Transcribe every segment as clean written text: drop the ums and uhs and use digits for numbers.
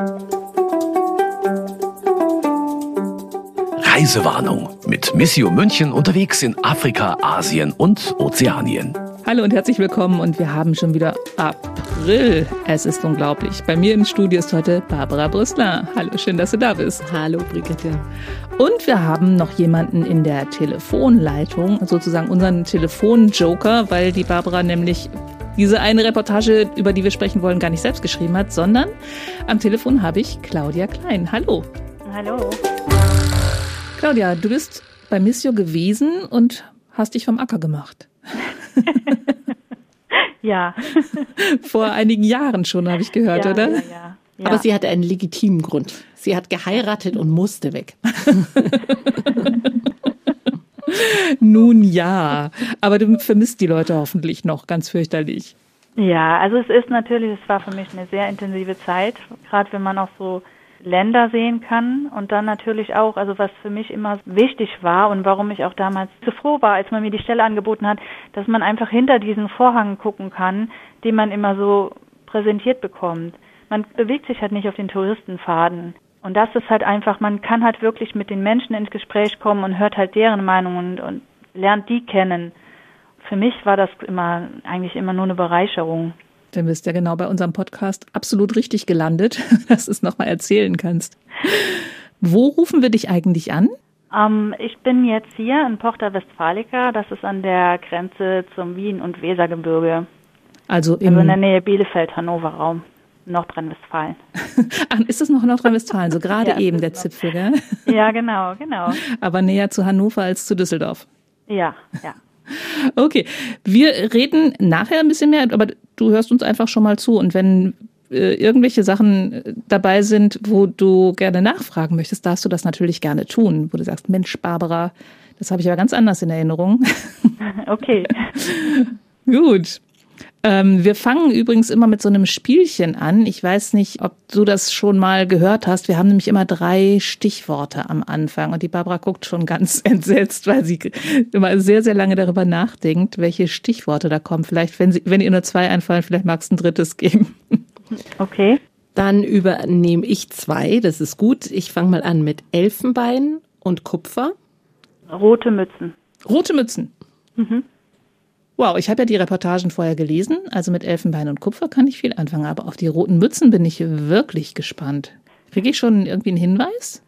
Reisewarnung mit Missio München unterwegs in Afrika, Asien und Ozeanien. Hallo und herzlich willkommen und wir haben schon wieder April. Es ist unglaublich. Bei mir im Studio ist heute Barbara Brüssler. Hallo, schön, dass du da bist. Hallo, Brigitte. Und wir haben noch jemanden in der Telefonleitung, sozusagen unseren Telefonjoker, weil die Barbara nämlich diese eine Reportage, über die wir sprechen wollen, gar nicht selbst geschrieben hat, sondern am Telefon habe ich Claudia Klein. Hallo. Hallo. Claudia, du bist bei Missio gewesen und hast dich vom Acker gemacht. Ja. Vor einigen Jahren schon, habe ich gehört, ja, oder? Ja. Aber sie hatte einen legitimen Grund. Sie hat geheiratet und musste weg. Nun ja, aber du vermisst die Leute hoffentlich noch ganz fürchterlich. Ja, also es war für mich eine sehr intensive Zeit, gerade wenn man auch so Länder sehen kann und dann natürlich auch, also was für mich immer wichtig war und warum ich auch damals so froh war, als man mir die Stelle angeboten hat, dass man einfach hinter diesen Vorhang gucken kann, den man immer so präsentiert bekommt. Man bewegt sich halt nicht auf den Touristenpfaden. Und das ist halt einfach, man kann halt wirklich mit den Menschen ins Gespräch kommen und hört halt deren Meinungen und lernt die kennen. Für mich war das eigentlich immer nur eine Bereicherung. Dann bist du ja genau bei unserem Podcast absolut richtig gelandet, dass du es nochmal erzählen kannst. Wo rufen wir dich eigentlich an? Ich bin jetzt hier in Porta Westfalica, das ist an der Grenze zum Wien- und Wesergebirge. Also in der Nähe Bielefeld-Hannover-Raum, Nordrhein-Westfalen. Ach, ist es noch Nordrhein-Westfalen, so gerade ja, eben der Zipfel, gell? Ja, genau. Aber näher zu Hannover als zu Düsseldorf. Ja. Okay, wir reden nachher ein bisschen mehr, aber du hörst uns einfach schon mal zu. Und wenn irgendwelche Sachen dabei sind, wo du gerne nachfragen möchtest, darfst du das natürlich gerne tun. Wo du sagst, Mensch, Barbara, das habe ich aber ganz anders in Erinnerung. Okay. Gut. Wir fangen übrigens immer mit so einem Spielchen an. Ich weiß nicht, ob du das schon mal gehört hast. Wir haben nämlich immer 3 Stichworte am Anfang. Und die Barbara guckt schon ganz entsetzt, weil sie immer sehr, sehr lange darüber nachdenkt, welche Stichworte da kommen. Vielleicht, wenn ihr nur 2 einfallen, vielleicht magst du ein 3. geben. Okay. Dann übernehme ich 2. Das ist gut. Ich fange mal an mit Elfenbein und Kupfer. Rote Mützen. Rote Mützen. Mhm. Wow, ich habe ja die Reportagen vorher gelesen, also mit Elfenbein und Kupfer kann ich viel anfangen, aber auf die roten Mützen bin ich wirklich gespannt. Kriege ich schon irgendwie einen Hinweis?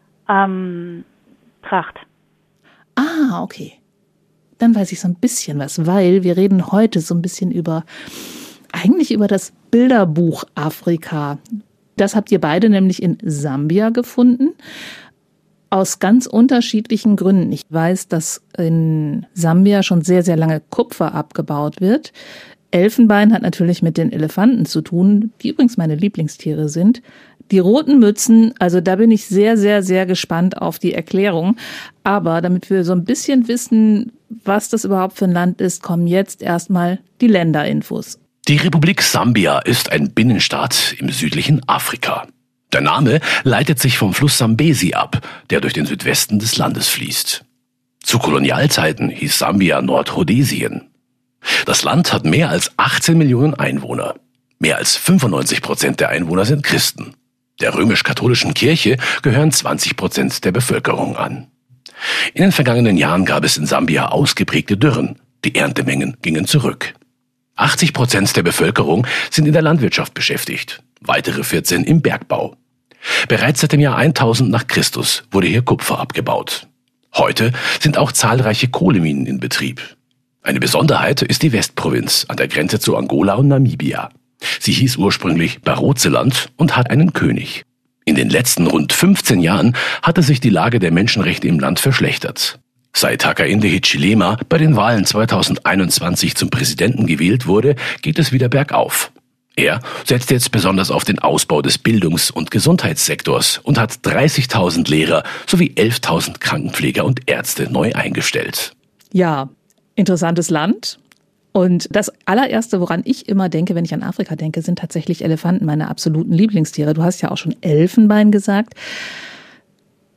Tracht. Ah, okay. Dann weiß ich so ein bisschen was, weil wir reden heute so ein bisschen eigentlich über das Bilderbuch Afrika. Das habt ihr beide nämlich in Sambia gefunden. Aus ganz unterschiedlichen Gründen. Ich weiß, dass in Sambia schon sehr, sehr lange Kupfer abgebaut wird. Elfenbein hat natürlich mit den Elefanten zu tun, die übrigens meine Lieblingstiere sind. Die roten Mützen, also da bin ich sehr, sehr, sehr gespannt auf die Erklärung. Aber damit wir so ein bisschen wissen, was das überhaupt für ein Land ist, kommen jetzt erstmal die Länderinfos. Die Republik Sambia ist ein Binnenstaat im südlichen Afrika. Der Name leitet sich vom Fluss Sambesi ab, der durch den Südwesten des Landes fließt. Zu Kolonialzeiten hieß Sambia Nordrhodesien. Das Land hat mehr als 18 Millionen Einwohner. Mehr als 95% der Einwohner sind Christen. Der römisch-katholischen Kirche gehören 20% der Bevölkerung an. In den vergangenen Jahren gab es in Sambia ausgeprägte Dürren. Die Erntemengen gingen zurück. 80% der Bevölkerung sind in der Landwirtschaft beschäftigt, weitere 14 im Bergbau. Bereits seit dem Jahr 1000 nach Christus wurde hier Kupfer abgebaut. Heute sind auch zahlreiche Kohleminen in Betrieb. Eine Besonderheit ist die Westprovinz an der Grenze zu Angola und Namibia. Sie hieß ursprünglich Barotseland und hat einen König. In den letzten rund 15 Jahren hatte sich die Lage der Menschenrechte im Land verschlechtert. Seit Hakainde Hichilema bei den Wahlen 2021 zum Präsidenten gewählt wurde, geht es wieder bergauf. Er setzt jetzt besonders auf den Ausbau des Bildungs- und Gesundheitssektors und hat 30.000 Lehrer sowie 11.000 Krankenpfleger und Ärzte neu eingestellt. Ja, interessantes Land. Und das allererste, woran ich immer denke, wenn ich an Afrika denke, sind tatsächlich Elefanten, meine absoluten Lieblingstiere. Du hast ja auch schon Elfenbein gesagt.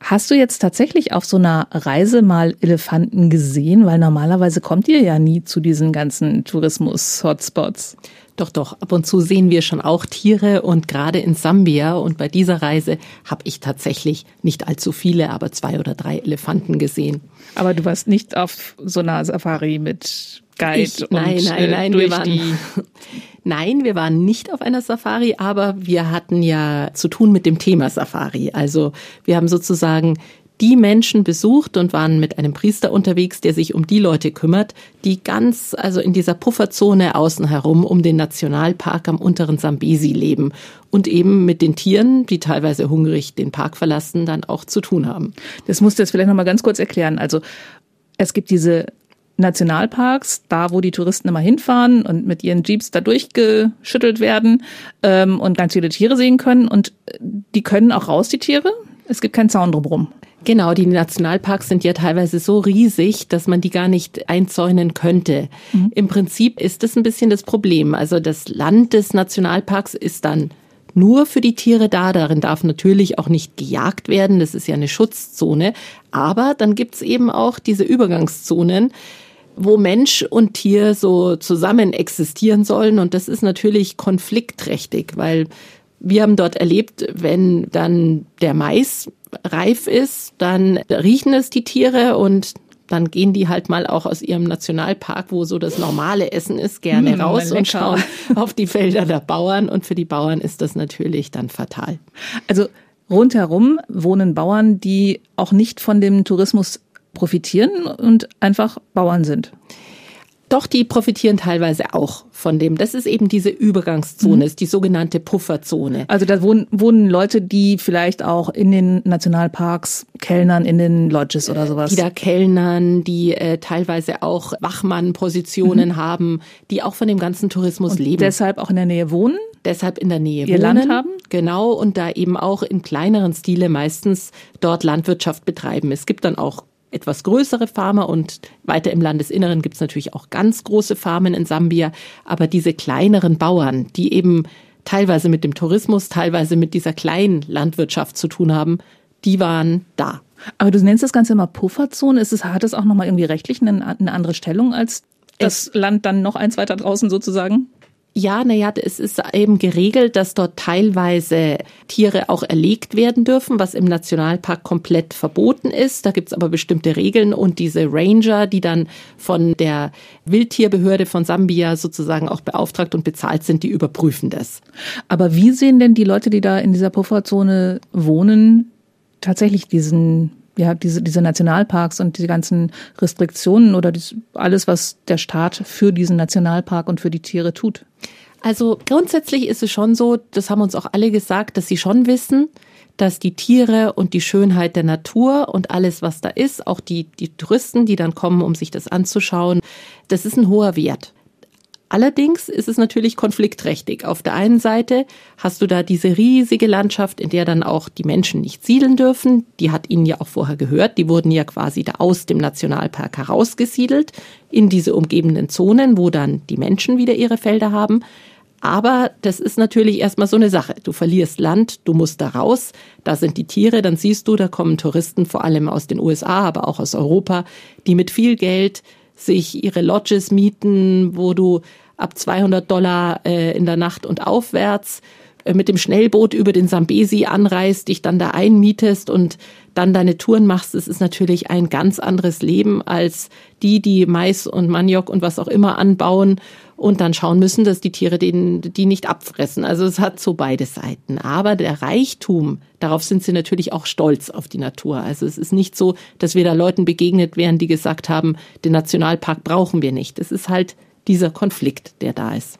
Hast du jetzt tatsächlich auf so einer Reise mal Elefanten gesehen? Weil normalerweise kommt ihr ja nie zu diesen ganzen Tourismus-Hotspots. Doch, ab und zu sehen wir schon auch Tiere und gerade in Sambia und bei dieser Reise habe ich tatsächlich nicht allzu viele, aber 2 oder 3 Elefanten gesehen. Aber du warst nicht auf so einer Safari mit Guide Nein, wir waren nicht auf einer Safari, aber wir hatten ja zu tun mit dem Thema Safari. Also wir haben sozusagen die Menschen besucht und waren mit einem Priester unterwegs, der sich um die Leute kümmert, die also in dieser Pufferzone außen herum um den Nationalpark am unteren Sambesi leben und eben mit den Tieren, die teilweise hungrig den Park verlassen, dann auch zu tun haben. Das musst du jetzt vielleicht noch mal ganz kurz erklären. Also es gibt diese Nationalparks, da wo die Touristen immer hinfahren und mit ihren Jeeps da durchgeschüttelt werden und ganz viele Tiere sehen können. Und die können auch raus, die Tiere? Es gibt keinen Zaun drumherum. Genau, die Nationalparks sind ja teilweise so riesig, dass man die gar nicht einzäunen könnte. Mhm. Im Prinzip ist das ein bisschen das Problem. Also das Land des Nationalparks ist dann nur für die Tiere da. Darin darf natürlich auch nicht gejagt werden. Das ist ja eine Schutzzone. Aber dann gibt's eben auch diese Übergangszonen, wo Mensch und Tier so zusammen existieren sollen. Und das ist natürlich konfliktträchtig, weil wir haben dort erlebt, wenn dann der Mais reif ist, dann riechen es die Tiere und dann gehen die halt mal auch aus ihrem Nationalpark, wo so das normale Essen ist, gerne raus und schauen auf die Felder der Bauern. Und für die Bauern ist das natürlich dann fatal. Also rundherum wohnen Bauern, die auch nicht von dem Tourismus profitieren und einfach Bauern sind. Doch, die profitieren teilweise auch von dem. Das ist eben diese Übergangszone, ist die sogenannte Pufferzone. Also da wohnen Leute, die vielleicht auch in den Nationalparks kellnern, in den Lodges oder sowas. Die da kellnern, die teilweise auch Wachmannpositionen haben, die auch von dem ganzen Tourismus und leben. Deshalb auch in der Nähe wohnen? Deshalb in der Nähe ihr wohnen. Land haben? Genau, und da eben auch in kleineren Stile meistens dort Landwirtschaft betreiben. Es gibt dann auch etwas größere Farmer und weiter im Landesinneren gibt es natürlich auch ganz große Farmen in Sambia. Aber diese kleineren Bauern, die eben teilweise mit dem Tourismus, teilweise mit dieser kleinen Landwirtschaft zu tun haben, die waren da. Aber du nennst das Ganze immer Pufferzone. Hat es auch nochmal irgendwie rechtlich eine andere Stellung als das Land dann noch eins weiter draußen sozusagen? Ja, es ist eben geregelt, dass dort teilweise Tiere auch erlegt werden dürfen, was im Nationalpark komplett verboten ist. Da gibt's aber bestimmte Regeln und diese Ranger, die dann von der Wildtierbehörde von Sambia sozusagen auch beauftragt und bezahlt sind, die überprüfen das. Aber wie sehen denn die Leute, die da in dieser Pufferzone wohnen, tatsächlich diese Nationalparks und die ganzen Restriktionen oder alles, was der Staat für diesen Nationalpark und für die Tiere tut? Also grundsätzlich ist es schon so, das haben uns auch alle gesagt, dass sie schon wissen, dass die Tiere und die Schönheit der Natur und alles, was da ist, auch die Touristen, die dann kommen, um sich das anzuschauen, das ist ein hoher Wert. Allerdings ist es natürlich konfliktträchtig. Auf der einen Seite hast du da diese riesige Landschaft, in der dann auch die Menschen nicht siedeln dürfen. Die hat ihnen ja auch vorher gehört. Die wurden ja quasi da aus dem Nationalpark herausgesiedelt in diese umgebenden Zonen, wo dann die Menschen wieder ihre Felder haben. Aber das ist natürlich erstmal so eine Sache. Du verlierst Land, du musst da raus. Da sind die Tiere, dann siehst du, da kommen Touristen vor allem aus den USA, aber auch aus Europa, die mit viel Geld sich ihre Lodges mieten, wo du ab $200 in der Nacht und aufwärts mit dem Schnellboot über den Sambesi anreist, dich dann da einmietest und dann deine Touren machst. Es ist natürlich ein ganz anderes Leben als die Mais und Maniok und was auch immer anbauen und dann schauen müssen, dass die Tiere die nicht abfressen. Also es hat so beide Seiten. Aber der Reichtum, darauf sind sie natürlich auch stolz auf die Natur. Also es ist nicht so, dass wir da Leuten begegnet wären, die gesagt haben, den Nationalpark brauchen wir nicht. Es ist halt dieser Konflikt, der da ist.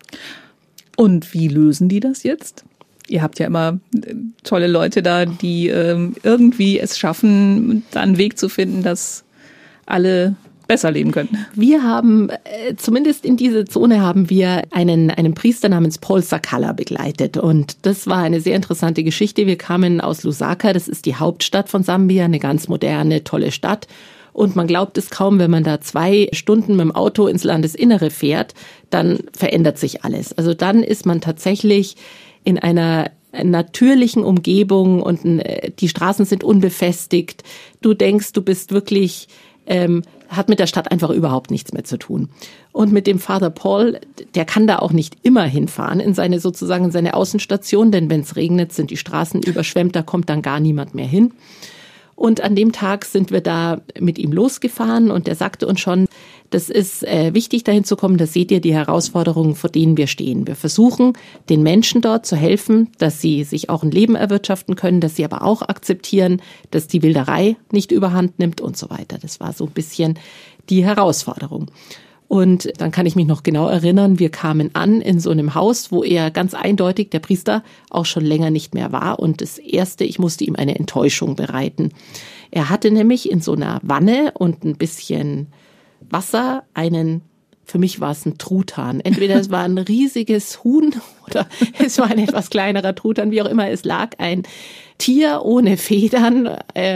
Und wie lösen die das jetzt? Ihr habt ja immer tolle Leute da, die irgendwie es schaffen, da einen Weg zu finden, dass alle besser leben können. Wir haben, zumindest in diese Zone haben wir einen Priester namens Paul Sakala begleitet. Und das war eine sehr interessante Geschichte. Wir kamen aus Lusaka, das ist die Hauptstadt von Sambia, eine ganz moderne, tolle Stadt. Und man glaubt es kaum, wenn man da 2 Stunden mit dem Auto ins Landesinnere fährt, dann verändert sich alles. Also dann ist man tatsächlich in einer natürlichen Umgebung und die Straßen sind unbefestigt. Du denkst, du bist wirklich, hat mit der Stadt einfach überhaupt nichts mehr zu tun. Und mit dem Father Paul, der kann da auch nicht immer hinfahren in seine Außenstation, denn wenn es regnet, sind die Straßen überschwemmt, da kommt dann gar niemand mehr hin. Und an dem Tag sind wir da mit ihm losgefahren und er sagte uns schon, das ist wichtig, dahin zu kommen, das seht ihr, die Herausforderungen, vor denen wir stehen. Wir versuchen, den Menschen dort zu helfen, dass sie sich auch ein Leben erwirtschaften können, dass sie aber auch akzeptieren, dass die Wilderei nicht überhand nimmt und so weiter. Das war so ein bisschen die Herausforderung. Und dann kann ich mich noch genau erinnern, wir kamen an in so einem Haus, wo er ganz eindeutig, der Priester, auch schon länger nicht mehr war. Und das Erste, ich musste ihm eine Enttäuschung bereiten. Er hatte nämlich in so einer Wanne und ein bisschen Wasser für mich war es ein Truthahn. Entweder es war ein riesiges Huhn oder es war ein etwas kleinerer Truthahn, wie auch immer. Es lag ein Tier ohne Federn,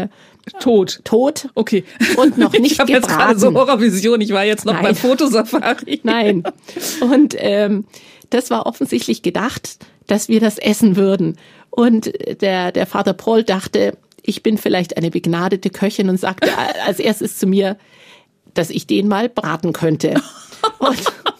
Tot. Okay. Und noch nicht gebraten. Ich habe jetzt gerade so Horrorvision. Ich war jetzt noch beim Fotosafari. Nein. Und das war offensichtlich gedacht, dass wir das essen würden. Und der Vater Paul dachte, ich bin vielleicht eine begnadete Köchin und sagte als erstes zu mir, dass ich den mal braten könnte. Und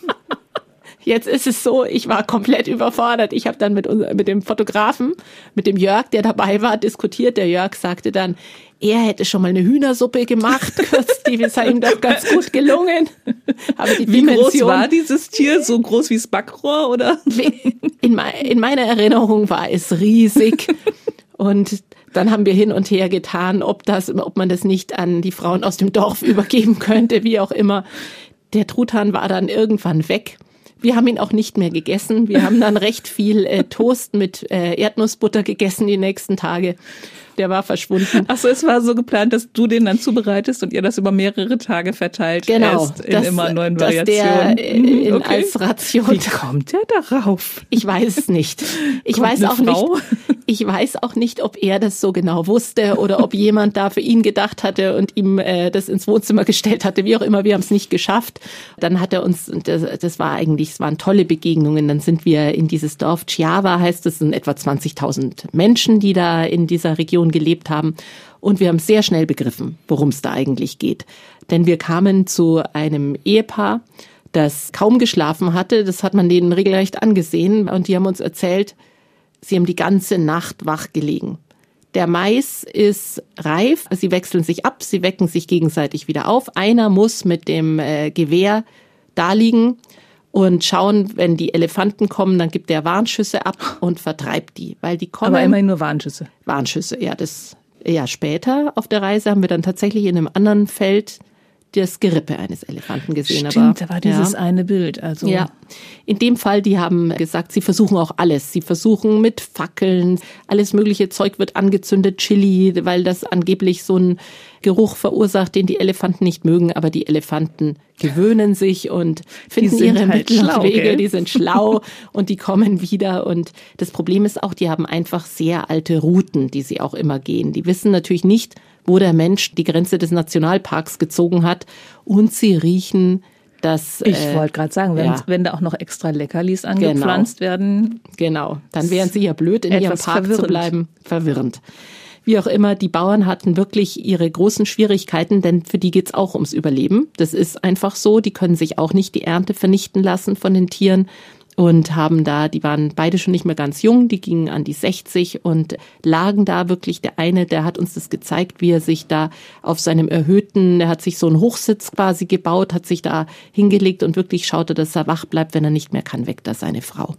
jetzt ist es so, ich war komplett überfordert. Ich habe dann mit dem Fotografen, mit dem Jörg, der dabei war, diskutiert. Der Jörg sagte dann, er hätte schon mal eine Hühnersuppe gemacht. Die sei ihm doch ganz gut gelungen. Aber die Wie groß war dieses Tier? So groß wie das Backrohr, oder? In meiner Erinnerung war es riesig. Und dann haben wir hin und her getan, ob man das nicht an die Frauen aus dem Dorf übergeben könnte, wie auch immer. Der Truthahn war dann irgendwann weg. Wir haben ihn auch nicht mehr gegessen. Wir haben dann recht viel Toast mit Erdnussbutter gegessen die nächsten Tage. Der war verschwunden. Ach so, es war so geplant, dass du den dann zubereitest und ihr das über mehrere Tage verteilt esst in immer neuen Variationen. Der als Ration. Wie kommt der darauf? Ich weiß es nicht. Ich weiß auch nicht, ob er das so genau wusste oder ob jemand da für ihn gedacht hatte und ihm das ins Wohnzimmer gestellt hatte. Wie auch immer, wir haben es nicht geschafft. Dann hat er uns, es waren tolle Begegnungen. Dann sind wir in dieses Dorf Chiava, heißt es, sind etwa 20.000 Menschen, die da in dieser Region gelebt haben. Und wir haben sehr schnell begriffen, worum es da eigentlich geht. Denn wir kamen zu einem Ehepaar, das kaum geschlafen hatte. Das hat man denen regelrecht angesehen. Und die haben uns erzählt, sie haben die ganze Nacht wach gelegen. Der Mais ist reif. Sie wechseln sich ab. Sie wecken sich gegenseitig wieder auf. Einer muss mit dem Gewehr da liegen und schauen, wenn die Elefanten kommen, dann gibt der Warnschüsse ab und vertreibt die, weil die kommen. Aber immerhin nur Warnschüsse. Warnschüsse, ja, später auf der Reise haben wir dann tatsächlich in einem anderen Feld das Gerippe eines Elefanten gesehen. Stimmt, da war dieses eine Bild. Also. Ja, in dem Fall, die haben gesagt, sie versuchen auch alles. Sie versuchen mit Fackeln, alles mögliche Zeug wird angezündet, Chili, weil das angeblich so einen Geruch verursacht, den die Elefanten nicht mögen. Aber die Elefanten gewöhnen sich und finden ihre Mittel und Wege. Die sind schlau und die kommen wieder. Und das Problem ist auch, die haben einfach sehr alte Routen, die sie auch immer gehen. Die wissen natürlich nicht, wo der Mensch die Grenze des Nationalparks gezogen hat. Und sie riechen das. Ich wollte gerade sagen, wenn da auch noch extra Leckerlis angepflanzt werden. Genau, dann wären sie ja blöd, in ihrem Park zu bleiben. Verwirrend. Wie auch immer, die Bauern hatten wirklich ihre großen Schwierigkeiten, denn für die geht's auch ums Überleben. Das ist einfach so, die können sich auch nicht die Ernte vernichten lassen von den Tieren. Und die waren beide schon nicht mehr ganz jung, die gingen an die 60 und lagen da wirklich. Der eine, der hat uns das gezeigt, wie er sich da auf seinem der hat sich so einen Hochsitz quasi gebaut, hat sich da hingelegt und wirklich schaute, dass er wach bleibt, wenn er nicht mehr kann, weckt er seine Frau.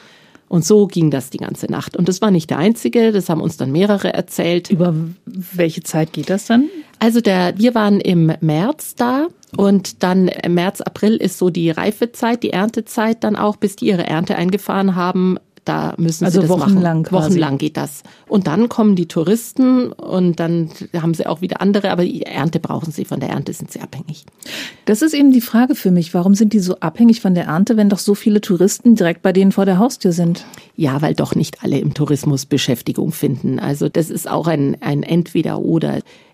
Und so ging das die ganze Nacht. Und das war nicht der einzige, das haben uns dann mehrere erzählt. Über welche Zeit geht das dann? Also wir waren im März da und dann März, April ist so die Reifezeit, die Erntezeit dann auch, bis die ihre Ernte eingefahren haben. Da müssen sie das wochenlang machen. Wochenlang geht das. Und dann kommen die Touristen und dann haben sie auch wieder andere, aber die Ernte brauchen sie. Von der Ernte sind sie abhängig. Das ist eben die Frage für mich. Warum sind die so abhängig von der Ernte, wenn doch so viele Touristen direkt bei denen vor der Haustür sind? Ja, weil doch nicht alle im Tourismus Beschäftigung finden. Also das ist auch ein Entweder-Oder.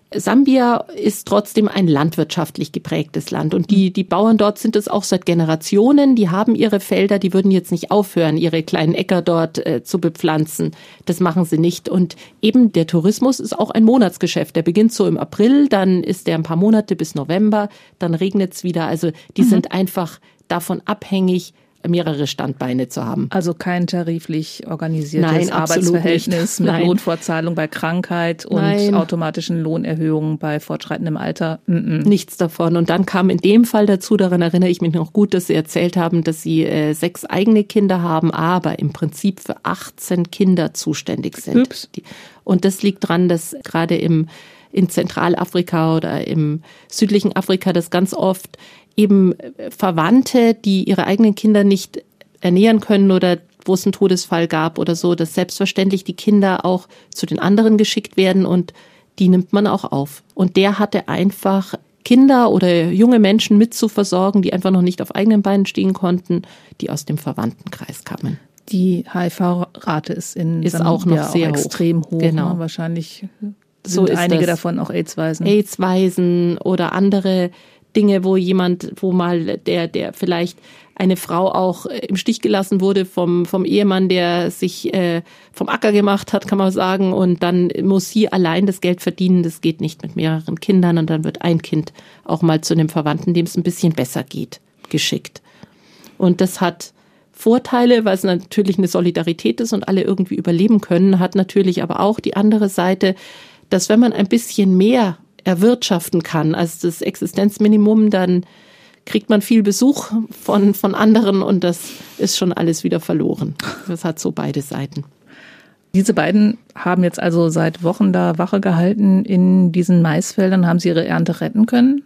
Sambia ist trotzdem ein landwirtschaftlich geprägtes Land und die Bauern dort sind es auch seit Generationen, die haben ihre Felder, die würden jetzt nicht aufhören, ihre kleinen Äcker dort zu bepflanzen. Das machen sie nicht und eben der Tourismus ist auch ein Monatsgeschäft. Der beginnt so im April, dann ist der ein paar Monate bis November, dann regnet es wieder. Also die sind einfach davon abhängig, mehrere Standbeine zu haben. Also kein tariflich organisiertes Arbeitsverhältnis mit Lohnfortzahlung bei Krankheit und automatischen Lohnerhöhungen bei fortschreitendem Alter. Nichts davon. Und dann kam in dem Fall dazu, daran erinnere ich mich noch gut, dass Sie erzählt haben, dass Sie 6 eigene Kinder haben, aber im Prinzip für 18 Kinder zuständig sind. Ups. Und das liegt daran, dass gerade in Zentralafrika oder im südlichen Afrika das ganz oft eben Verwandte, die ihre eigenen Kinder nicht ernähren können oder wo es einen Todesfall gab oder so, dass selbstverständlich die Kinder auch zu den anderen geschickt werden und die nimmt man auch auf. Und der hatte einfach Kinder oder junge Menschen mit zu versorgen, die einfach noch nicht auf eigenen Beinen stehen konnten, die aus dem Verwandtenkreis kamen. Die HIV-Rate ist auch noch sehr extrem hoch. Genau. Ne? Wahrscheinlich sind einige davon auch AIDS-Waisen. AIDS-Waisen oder andere Dinge, wo mal der vielleicht eine Frau auch im Stich gelassen wurde vom Ehemann, der sich vom Acker gemacht hat, kann man sagen, und dann muss sie allein das Geld verdienen, das geht nicht mit mehreren Kindern und dann wird ein Kind auch mal zu einem Verwandten, dem es ein bisschen besser geht, geschickt. Und das hat Vorteile, weil es natürlich eine Solidarität ist und alle irgendwie überleben können, hat natürlich aber auch die andere Seite, dass wenn man ein bisschen mehr erwirtschaften kann als das Existenzminimum, dann kriegt man viel Besuch von anderen und das ist schon alles wieder verloren. Das hat so beide Seiten. Diese beiden haben jetzt also seit Wochen da Wache gehalten in diesen Maisfeldern. Haben sie ihre Ernte retten können?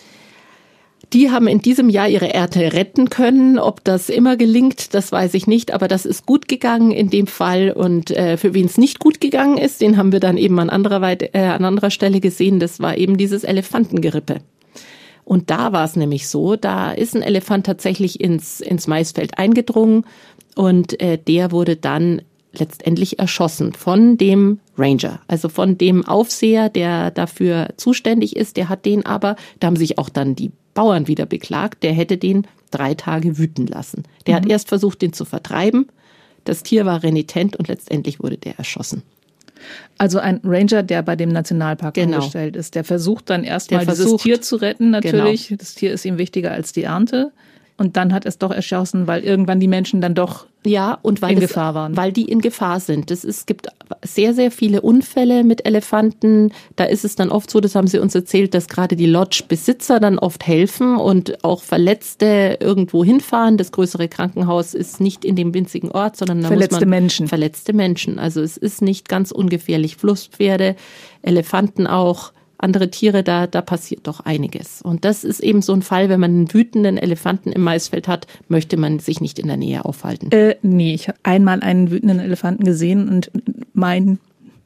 Die haben in diesem Jahr ihre Ernte retten können. Ob das immer gelingt, das weiß ich nicht. Aber das ist gut gegangen in dem Fall. Und für wen es nicht gut gegangen ist, den haben wir dann eben an anderer Stelle gesehen. Das war eben dieses Elefantengerippe. Und da war es nämlich so, da ist ein Elefant tatsächlich ins Maisfeld eingedrungen. Und der wurde dann letztendlich erschossen von dem Ranger, also von dem Aufseher, der dafür zuständig ist. Der hat den aber, da haben sich auch dann die Bauern wieder beklagt, der hätte den 3 Tage wüten lassen. Der hat erst versucht, den zu vertreiben. Das Tier war renitent und letztendlich wurde der erschossen. Also ein Ranger, der bei dem Nationalpark angestellt ist, der versucht dann erstmal dieses Tier zu retten natürlich. Genau. Das Tier ist ihm wichtiger als die Ernte. Und dann hat es doch erschossen, weil irgendwann die Menschen dann doch in Gefahr waren. Weil die in Gefahr sind. Es gibt sehr, sehr viele Unfälle mit Elefanten. Da ist es dann oft so, das haben sie uns erzählt, dass gerade die Lodge-Besitzer dann oft helfen und auch Verletzte irgendwo hinfahren. Das größere Krankenhaus ist nicht in dem winzigen Ort, sondern da verletzte Menschen. Also es ist nicht ganz ungefährlich. Flusspferde, Elefanten auch. Andere Tiere, da passiert doch einiges. Und das ist eben so ein Fall, wenn man einen wütenden Elefanten im Maisfeld hat, möchte man sich nicht in der Nähe aufhalten. Nee, ich habe einmal einen wütenden Elefanten gesehen und mein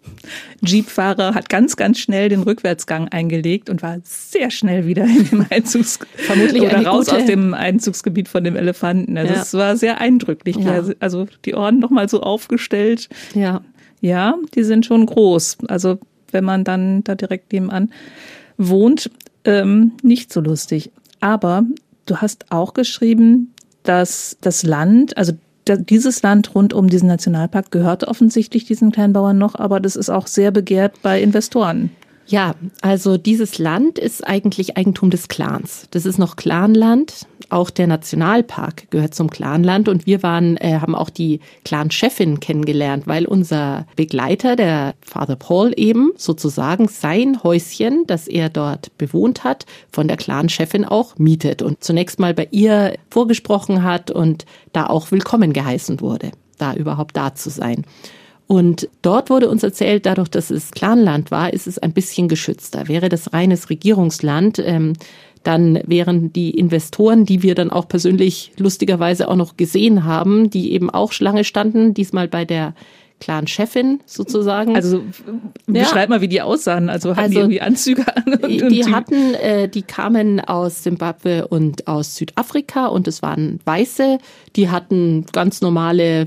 Jeepfahrer hat ganz, ganz schnell den Rückwärtsgang eingelegt und war sehr schnell wieder in dem Vermutlich oder raus aus dem Einzugsgebiet von dem Elefanten. Also es war sehr eindrücklich. Ja. Also die Ohren nochmal so aufgestellt. Ja, die sind schon groß. Also wenn man dann da direkt nebenan wohnt, nicht so lustig. Aber du hast auch geschrieben, dass das Land, also dieses Land rund um diesen Nationalpark gehört offensichtlich diesen Kleinbauern noch, aber das ist auch sehr begehrt bei Investoren. Ja, also dieses Land ist eigentlich Eigentum des Clans. Das ist noch Clanland. Auch der Nationalpark gehört zum Clanland. Und wir haben auch die Clan-Chefin kennengelernt, weil unser Begleiter, der Father Paul eben sozusagen sein Häuschen, das er dort bewohnt hat, von der Clan-Chefin auch mietet und zunächst mal bei ihr vorgesprochen hat und da auch willkommen geheißen wurde, da überhaupt da zu sein. Und dort wurde uns erzählt, dadurch, dass es Clanland war, ist es ein bisschen geschützter. Wäre das reines Regierungsland, dann wären die Investoren, die wir dann auch persönlich lustigerweise auch noch gesehen haben, die eben auch Schlange standen, diesmal bei der Clan-Chefin sozusagen. Also beschreib mal, wie die aussahen. Also hatten die irgendwie Anzüge an? Die kamen aus Simbabwe und aus Südafrika und es waren Weiße. Die hatten ganz normale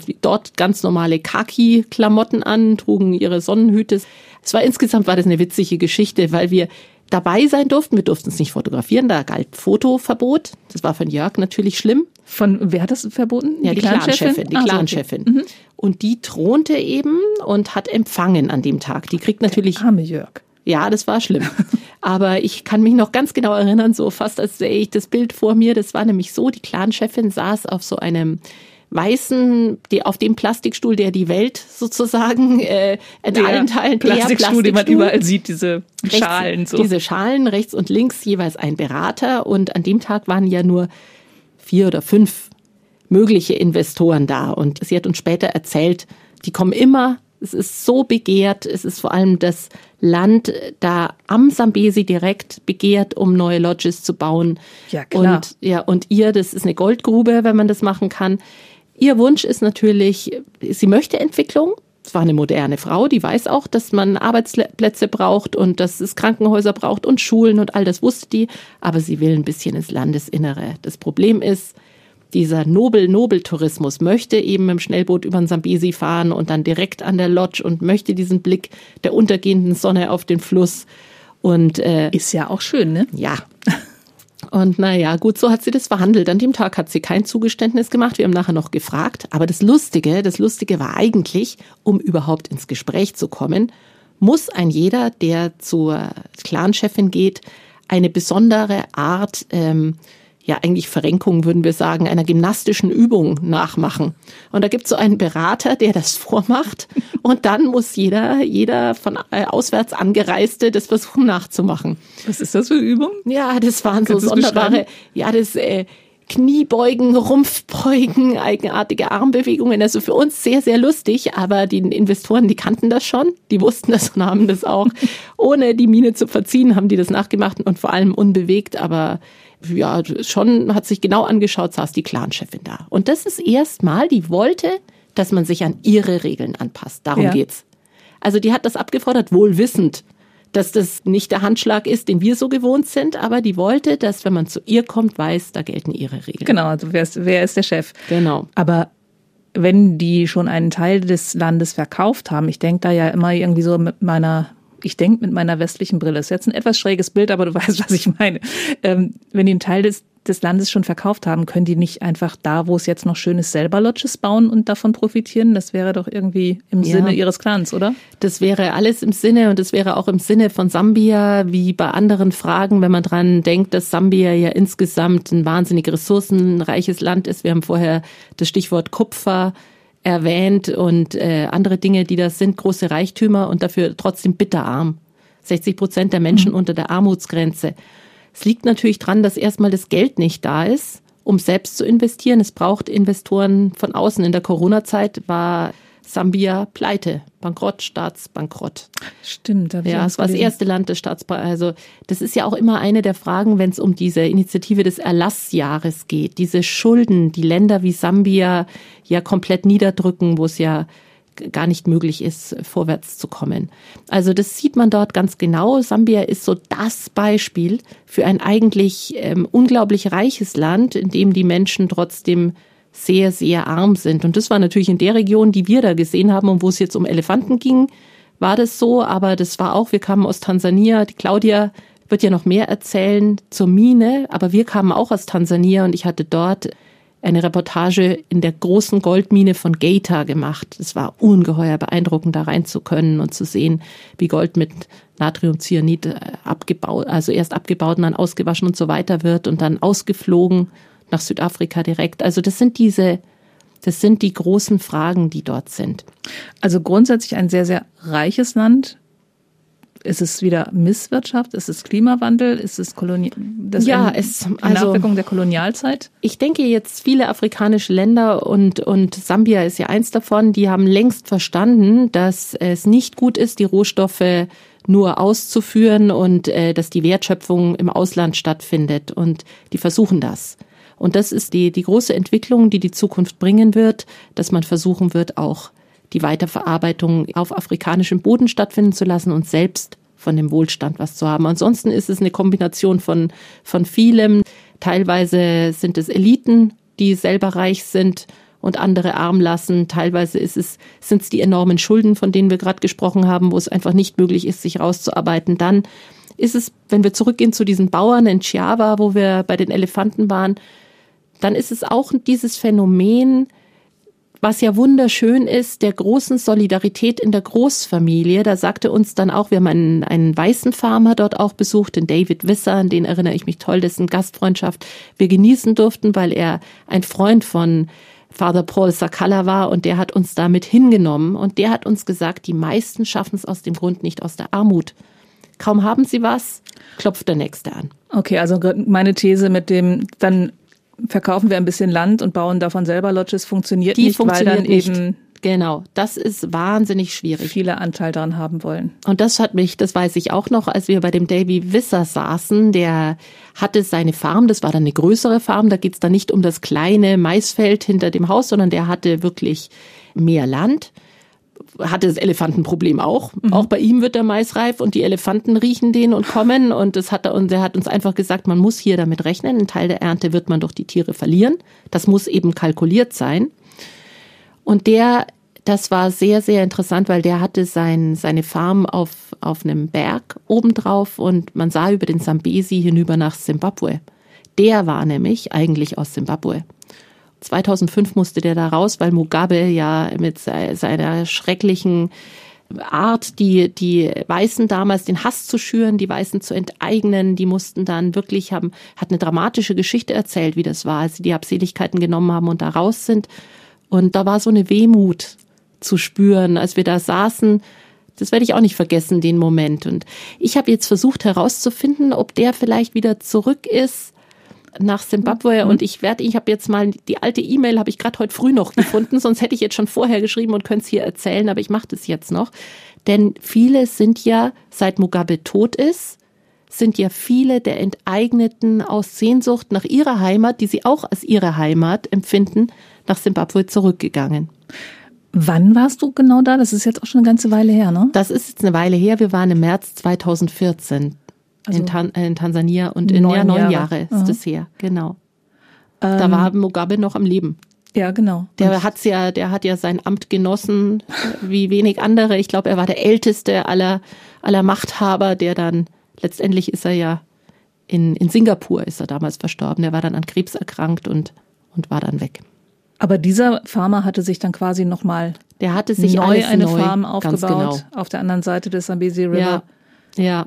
Khaki-Klamotten an, trugen ihre Sonnenhüte. Insgesamt war das eine witzige Geschichte, weil wir dabei sein durften. Wir durften es nicht fotografieren, da galt Fotoverbot. Das war von Jörg natürlich schlimm. Wer hat das verboten? Ja, die Clan-Chefin. Die Clan-Chefin. Okay. Und die thronte eben und hat empfangen an dem Tag. Die kriegt natürlich... Der arme Jörg. Ja, das war schlimm. Aber ich kann mich noch ganz genau erinnern, so fast als sähe ich das Bild vor mir. Das war nämlich so, die Clan-Chefin saß auf so einem weißen, auf dem Plastikstuhl, der die Welt sozusagen in allen Teilen Plastikstuhl, den man überall sieht, diese Schalen. So. Diese Schalen, rechts und links jeweils ein Berater. Und an dem Tag waren ja nur 4 oder 5 mögliche Investoren da. Und sie hat uns später erzählt, die kommen immer, es ist so begehrt, es ist vor allem das Land da am Sambesi direkt begehrt, um neue Lodges zu bauen. Ja, klar. Und das ist eine Goldgrube, wenn man das machen kann. Ihr Wunsch ist natürlich, sie möchte Entwicklung. Es war eine moderne Frau, die weiß auch, dass man Arbeitsplätze braucht und dass es Krankenhäuser braucht und Schulen und all das wusste die. Aber sie will ein bisschen ins Landesinnere. Das Problem ist, dieser Nobeltourismus möchte eben im Schnellboot über den Sambesi fahren und dann direkt an der Lodge und möchte diesen Blick der untergehenden Sonne auf den Fluss. Und ist ja auch schön, ne? Ja. Und naja, gut, so hat sie das verhandelt. An dem Tag hat sie kein Zugeständnis gemacht. Wir haben nachher noch gefragt. Aber das Lustige war eigentlich, um überhaupt ins Gespräch zu kommen, muss ein jeder, der zur Clan-Chefin geht, eine besondere Art, eigentlich Verrenkung, würden wir sagen, einer gymnastischen Übung nachmachen. Und da gibt es so einen Berater, der das vormacht. Und dann muss jeder von auswärts Angereiste das versuchen nachzumachen. Was ist das für eine Übung? Ja, das waren so sonderbare, Kniebeugen, Rumpfbeugen, eigenartige Armbewegungen. Also für uns sehr, sehr lustig. Aber die Investoren, die kannten das schon. Die wussten das und haben das auch, ohne die Miene zu verziehen, haben die das nachgemacht und vor allem unbewegt. Aber ja, schon hat sich genau angeschaut, saß die Clan-Chefin da. Und das ist erstmal, die wollte, dass man sich an ihre Regeln anpasst. Darum geht's. Also die hat das abgefordert, wohl wissend, dass das nicht der Handschlag ist, den wir so gewohnt sind, aber die wollte, dass, wenn man zu ihr kommt, weiß, da gelten ihre Regeln. Genau, also wer ist der Chef? Genau. Aber wenn die schon einen Teil des Landes verkauft haben, ich denke da ja immer irgendwie so mit meiner westlichen Brille. Das ist jetzt ein etwas schräges Bild, aber du weißt, was ich meine. Wenn die einen Teil des Landes schon verkauft haben, können die nicht einfach da, wo es jetzt noch schön ist, selber Lodges bauen und davon profitieren? Das wäre doch irgendwie im Sinne ihres Clans, oder? Das wäre alles im Sinne und das wäre auch im Sinne von Sambia, wie bei anderen Fragen, wenn man dran denkt, dass Sambia ja insgesamt ein wahnsinnig ressourcenreiches Land ist. Wir haben vorher das Stichwort Kupfer erwähnt und andere Dinge, die das sind, große Reichtümer und dafür trotzdem bitterarm. 60% der Menschen unter der Armutsgrenze. Es liegt natürlich dran, dass erstmal das Geld nicht da ist, um selbst zu investieren. Es braucht Investoren von außen. In der Corona-Zeit war Sambia pleite, Bankrott, Staatsbankrott. Stimmt. Ja, es war das erste Land des Staatsbankrott. Also das ist ja auch immer eine der Fragen, wenn es um diese Initiative des Erlassjahres geht. Diese Schulden, die Länder wie Sambia ja komplett niederdrücken, wo es ja gar nicht möglich ist, vorwärts zu kommen. Also das sieht man dort ganz genau. Sambia ist so das Beispiel für ein eigentlich unglaublich reiches Land, in dem die Menschen trotzdem sehr, sehr arm sind. Und das war natürlich in der Region, die wir da gesehen haben und wo es jetzt um Elefanten ging, war das so. Aber das war auch, wir kamen aus Tansania. Die Claudia wird ja noch mehr erzählen zur Mine. Aber wir kamen auch aus Tansania und ich hatte dort eine Reportage in der großen Goldmine von Geita gemacht. Es war ungeheuer beeindruckend, da rein zu können und zu sehen, wie Gold mit Natriumcyanid abgebaut, also erst abgebaut und dann ausgewaschen und so weiter wird und dann ausgeflogen nach Südafrika direkt. Also das sind die großen Fragen, die dort sind. Also grundsätzlich ein sehr, sehr reiches Land. Ist es wieder Misswirtschaft? Ist es Klimawandel? Ist es Nachwirkung der Kolonialzeit? Ich denke jetzt viele afrikanische Länder und Sambia ist ja eins davon, die haben längst verstanden, dass es nicht gut ist, die Rohstoffe nur auszuführen und dass die Wertschöpfung im Ausland stattfindet. Und die versuchen das. Und das ist die große Entwicklung, die die Zukunft bringen wird, dass man versuchen wird, auch die Weiterverarbeitung auf afrikanischem Boden stattfinden zu lassen und selbst von dem Wohlstand was zu haben. Ansonsten ist es eine Kombination von vielem. Teilweise sind es Eliten, die selber reich sind und andere arm lassen. Teilweise sind es die enormen Schulden, von denen wir gerade gesprochen haben, wo es einfach nicht möglich ist, sich rauszuarbeiten. Dann ist es, wenn wir zurückgehen zu diesen Bauern in Chiava, wo wir bei den Elefanten waren, dann ist es auch dieses Phänomen, was ja wunderschön ist, der großen Solidarität in der Großfamilie. Da sagte uns dann auch, wir haben einen weißen Farmer dort auch besucht, den David Visser, an den erinnere ich mich toll, dessen Gastfreundschaft wir genießen durften, weil er ein Freund von Father Paul Sakala war und der hat uns damit hingenommen und der hat uns gesagt, die meisten schaffen es aus dem Grund nicht, aus der Armut. Kaum haben sie was, klopft der Nächste an. Okay, also meine These mit dem, dann verkaufen wir ein bisschen Land und bauen davon selber Lodges, funktioniert nicht, weil dann eben genau, das ist wahnsinnig schwierig. Viele Anteil daran haben wollen. Und das weiß ich auch noch, als wir bei dem Davy Visser saßen, der hatte seine Farm, das war dann eine größere Farm, da geht's dann nicht um das kleine Maisfeld hinter dem Haus, sondern der hatte wirklich mehr Land. Hatte das Elefantenproblem auch. Auch bei ihm wird der Mais reif und die Elefanten riechen den und kommen und er hat uns einfach gesagt, man muss hier damit rechnen, einen Teil der Ernte wird man durch die Tiere verlieren. Das muss eben kalkuliert sein. Und das war sehr, sehr interessant, weil der hatte seine Farm auf einem Berg obendrauf und man sah über den Sambesi hinüber nach Simbabwe. Der war nämlich eigentlich aus Simbabwe. 2005 musste der da raus, weil Mugabe ja mit seiner schrecklichen Art, die Weißen damals den Hass zu schüren, die Weißen zu enteignen, die mussten dann wirklich hat eine dramatische Geschichte erzählt, wie das war, als sie die Habseligkeiten genommen haben und da raus sind. Und da war so eine Wehmut zu spüren, als wir da saßen. Das werde ich auch nicht vergessen, den Moment. Und ich habe jetzt versucht herauszufinden, ob der vielleicht wieder zurück ist nach Simbabwe und ich habe jetzt mal die alte E-Mail habe ich gerade heute früh noch gefunden, sonst hätte ich jetzt schon vorher geschrieben und könnte es hier erzählen, aber ich mache das jetzt noch, denn viele sind ja, seit Mugabe tot ist, sind ja viele der Enteigneten aus Sehnsucht nach ihrer Heimat, die sie auch als ihre Heimat empfinden, nach Simbabwe zurückgegangen. Wann warst du genau da? Das ist jetzt auch schon eine ganze Weile her, ne? Das ist jetzt eine Weile her, wir waren im März 2014. Also in Tansania und in 9 Jahre ist das her, genau. Da war Mugabe noch am Leben. Ja, genau. Der hat ja sein Amt genossen, wie wenig andere. Ich glaube, er war der älteste aller Machthaber, der dann, letztendlich ist er ja in Singapur ist er damals verstorben. Der war dann an Krebs erkrankt und war dann weg. Aber dieser Farmer hatte sich dann quasi nochmal neu eine Farm aufgebaut, auf der anderen Seite des Zambezi River. Ja.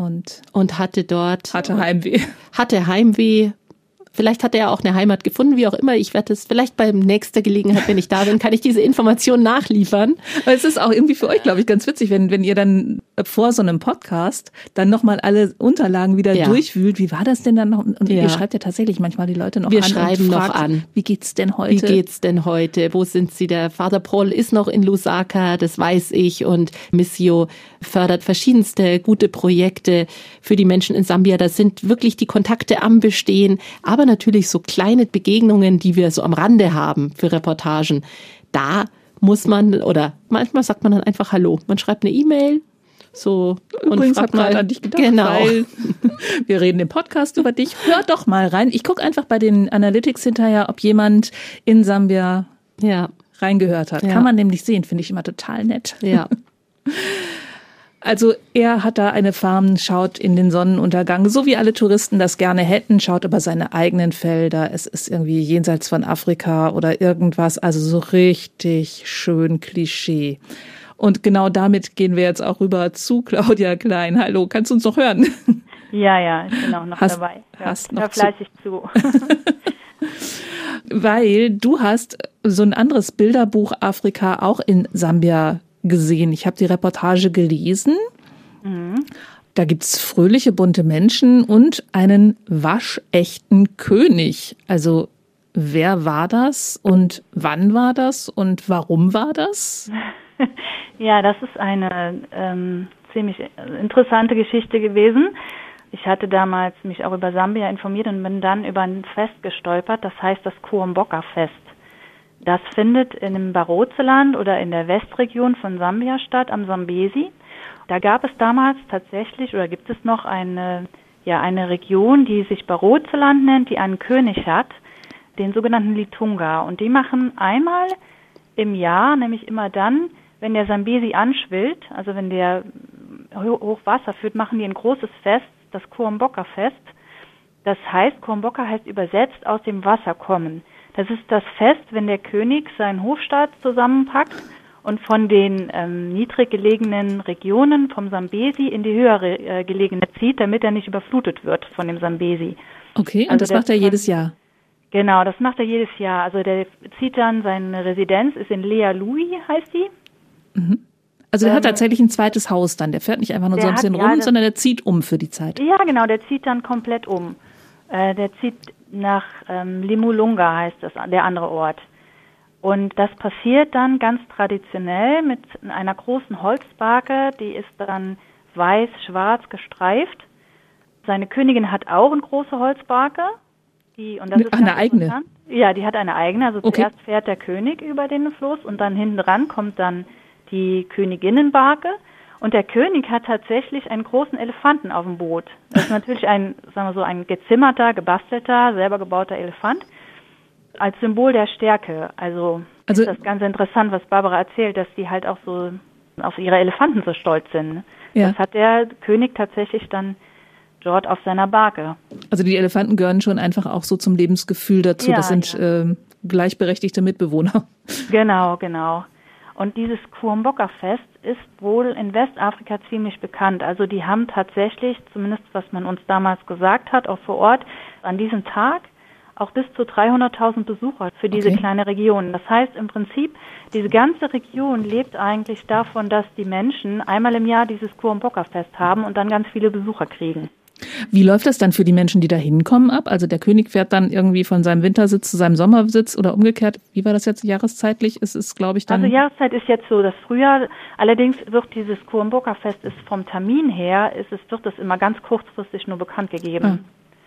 Und hatte Heimweh. Hatte Heimweh. Vielleicht hat er auch eine Heimat gefunden, wie auch immer. Ich werde es vielleicht bei nächster Gelegenheit, wenn ich da bin, kann ich diese Information nachliefern. Aber es ist auch irgendwie für euch, glaube ich, ganz witzig, wenn ihr dann vor so einem Podcast dann nochmal alle Unterlagen wieder durchwühlt. Wie war das denn dann noch? Und ihr schreibt ja tatsächlich manchmal die Leute noch Wir an. Wir schreiben und fragt, noch an. Wie geht's denn heute? Wo sind sie? Der Father Paul ist noch in Lusaka, das weiß ich. Und Missio fördert verschiedenste gute Projekte für die Menschen in Sambia. Da sind wirklich die Kontakte am Bestehen. Aber natürlich so kleine Begegnungen, die wir so am Rande haben für Reportagen. Da muss man, oder manchmal sagt man dann einfach Hallo. Man schreibt eine E-Mail. So, übrigens habe ich an dich gedacht, genau. Weil wir reden im Podcast über dich. Hör doch mal rein. Ich gucke einfach bei den Analytics hinterher, ob jemand in Sambia reingehört hat. Kann man nämlich sehen, finde ich immer total nett. Ja. Also er hat da eine Farm, schaut in den Sonnenuntergang, so wie alle Touristen das gerne hätten, schaut über seine eigenen Felder. Es ist irgendwie jenseits von Afrika oder irgendwas, also so richtig schön Klischee. Und genau damit gehen wir jetzt auch rüber zu Claudia Klein. Hallo, kannst du uns noch hören? Ja, ich bin auch noch dabei. Hör fleißig zu. Weil du hast so ein anderes Bilderbuch Afrika auch in Sambia gesehen. Ich habe die Reportage gelesen. Mhm. Da gibt's fröhliche, bunte Menschen und einen waschechten König. Also wer war das und wann war das und warum war das? Ja, das ist eine ziemlich interessante Geschichte gewesen. Ich hatte damals mich auch über Sambia informiert und bin dann über ein Fest gestolpert, das heißt das Kuomboka-Fest. Das findet in dem Barotseland oder in der Westregion von Sambia statt, am Sambesi. Da gab es damals tatsächlich oder gibt es noch eine Region, die sich Barotseland nennt, die einen König hat, den sogenannten Litunga. Und die machen einmal im Jahr, nämlich immer dann, wenn der Sambesi anschwillt, also wenn der Hochwasser führt, machen die ein großes Fest, das Kuomboka-Fest. Das heißt, Kuomboka heißt übersetzt aus dem Wasser kommen. Das ist das Fest, wenn der König seinen Hofstaat zusammenpackt und von den niedrig gelegenen Regionen vom Sambesi in die höher gelegene zieht, damit er nicht überflutet wird von dem Sambesi. Okay, und also das macht er jedes Jahr? Genau, das macht er jedes Jahr. Also der zieht dann, seine Residenz ist in Lea Lui, heißt die. Mhm. Also der hat tatsächlich ein zweites Haus dann. Der fährt nicht einfach nur so ein bisschen rum, sondern der zieht um für die Zeit. Ja, genau, der zieht dann komplett um. Der zieht nach Limulunga, heißt das, der andere Ort. Und das passiert dann ganz traditionell mit einer großen Holzbarke, die ist dann weiß-schwarz gestreift. Seine Königin hat auch eine große Holzbarke. Eine eigene? Ja, die hat eine eigene. Also zuerst fährt der König über den Fluss und dann hinten dran kommt dann die Königinnenbarke. Und der König hat tatsächlich einen großen Elefanten auf dem Boot. Das ist natürlich ein gezimmerter, gebastelter, selber gebauter Elefant. Als Symbol der Stärke. Also ist das ganz interessant, was Barbara erzählt, dass die halt auch so auf ihre Elefanten so stolz sind. Ja. Das hat der König tatsächlich dann dort auf seiner Barke. Also die Elefanten gehören schon einfach auch so zum Lebensgefühl dazu. Ja, das sind gleichberechtigte Mitbewohner. Genau. Und dieses Kuomboka-Fest ist wohl in Westafrika ziemlich bekannt. Also die haben tatsächlich, zumindest was man uns damals gesagt hat, auch vor Ort, an diesem Tag auch bis zu 300.000 Besucher für diese kleine Region. Das heißt im Prinzip, diese ganze Region lebt eigentlich davon, dass die Menschen einmal im Jahr dieses Kuomboka-Fest haben und dann ganz viele Besucher kriegen. Wie läuft das dann für die Menschen, die da hinkommen, ab? Also der König fährt dann irgendwie von seinem Wintersitz zu seinem Sommersitz oder umgekehrt. Wie war das jetzt jahreszeitlich? Es ist, glaube ich, dann... Also Jahreszeit ist jetzt so das Frühjahr. Allerdings wird dieses Kuomboka-Fest vom Termin her, wird es immer ganz kurzfristig nur bekannt gegeben.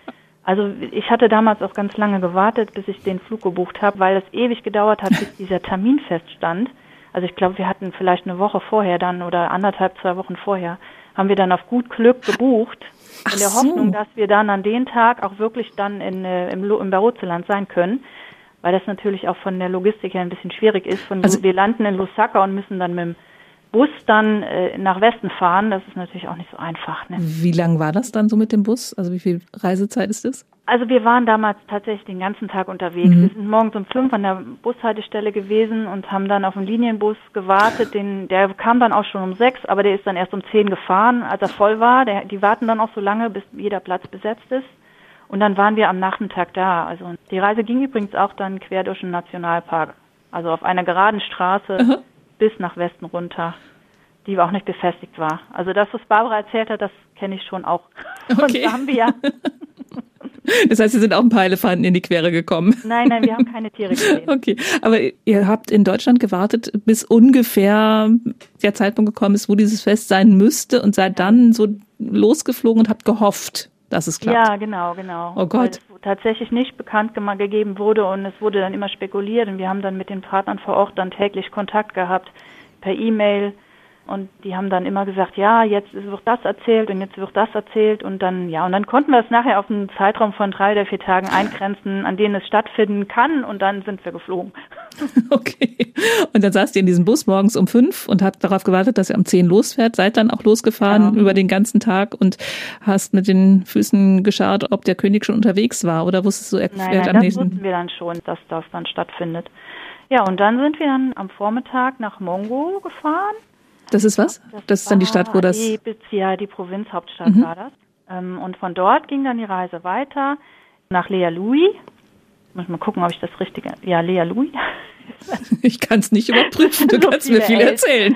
Also ich hatte damals auch ganz lange gewartet, bis ich den Flug gebucht habe, weil es ewig gedauert hat, bis dieser Termin feststand. Also ich glaube, wir hatten vielleicht eine Woche vorher dann oder 2 Wochen vorher, haben wir dann auf gut Glück gebucht. In der Hoffnung, dass wir dann an den Tag auch wirklich dann im Barotseland sein können, weil das natürlich auch von der Logistik her ein bisschen schwierig ist. Wir landen in Lusaka und müssen dann mit dem Bus dann nach Westen fahren. Das ist natürlich auch nicht so einfach. Ne? Wie lang war das dann so mit dem Bus? Also wie viel Reisezeit ist das? Also wir waren damals tatsächlich den ganzen Tag unterwegs. Wir sind morgens um 5 an der Bushaltestelle gewesen und haben dann auf den Linienbus gewartet. Der kam dann auch schon um 6, aber der ist dann erst um 10 gefahren, als er voll war. Die warten dann auch so lange, bis jeder Platz besetzt ist. Und dann waren wir am Nachmittag da. Also die Reise ging übrigens auch dann quer durch den Nationalpark. Also auf einer geraden Straße bis nach Westen runter, die auch nicht befestigt war. Also das, was Barbara erzählt hat, das kenne ich schon auch von Sambia. Das heißt, Sie sind auch ein paar Elefanten in die Quere gekommen. Nein, wir haben keine Tiere gesehen. Okay, aber ihr habt in Deutschland gewartet, bis ungefähr der Zeitpunkt gekommen ist, wo dieses Fest sein müsste und seid dann so losgeflogen und habt gehofft, dass es klappt. Ja, genau. Oh Gott. Weil es tatsächlich nicht bekannt gegeben wurde und es wurde dann immer spekuliert und wir haben dann mit den Partnern vor Ort dann täglich Kontakt gehabt per E-Mail. Und die haben dann immer gesagt, ja, jetzt wird das erzählt und jetzt wird das erzählt und dann konnten wir es nachher auf einen Zeitraum von 3 oder 4 Tagen eingrenzen, an denen es stattfinden kann und dann sind wir geflogen. Okay. Und dann saßt ihr in diesem Bus morgens um 5 und habt darauf gewartet, dass ihr um 10 losfährt, seid dann auch losgefahren über den ganzen Tag und hast mit den Füßen gescharrt, ob der König schon unterwegs war oder wusstest du Nein, das wussten wir dann schon, dass das dann stattfindet. Ja, und dann sind wir dann am Vormittag nach Mongo gefahren. Das ist was? Das ist dann die Stadt, wo das... Die Provinzhauptstadt war das. Und von dort ging dann die Reise weiter nach Lea Lui. Muss mal gucken, ob ich das richtige... Ja, Lea Lui. Ich kann es nicht überprüfen, du kannst mir viel erzählen.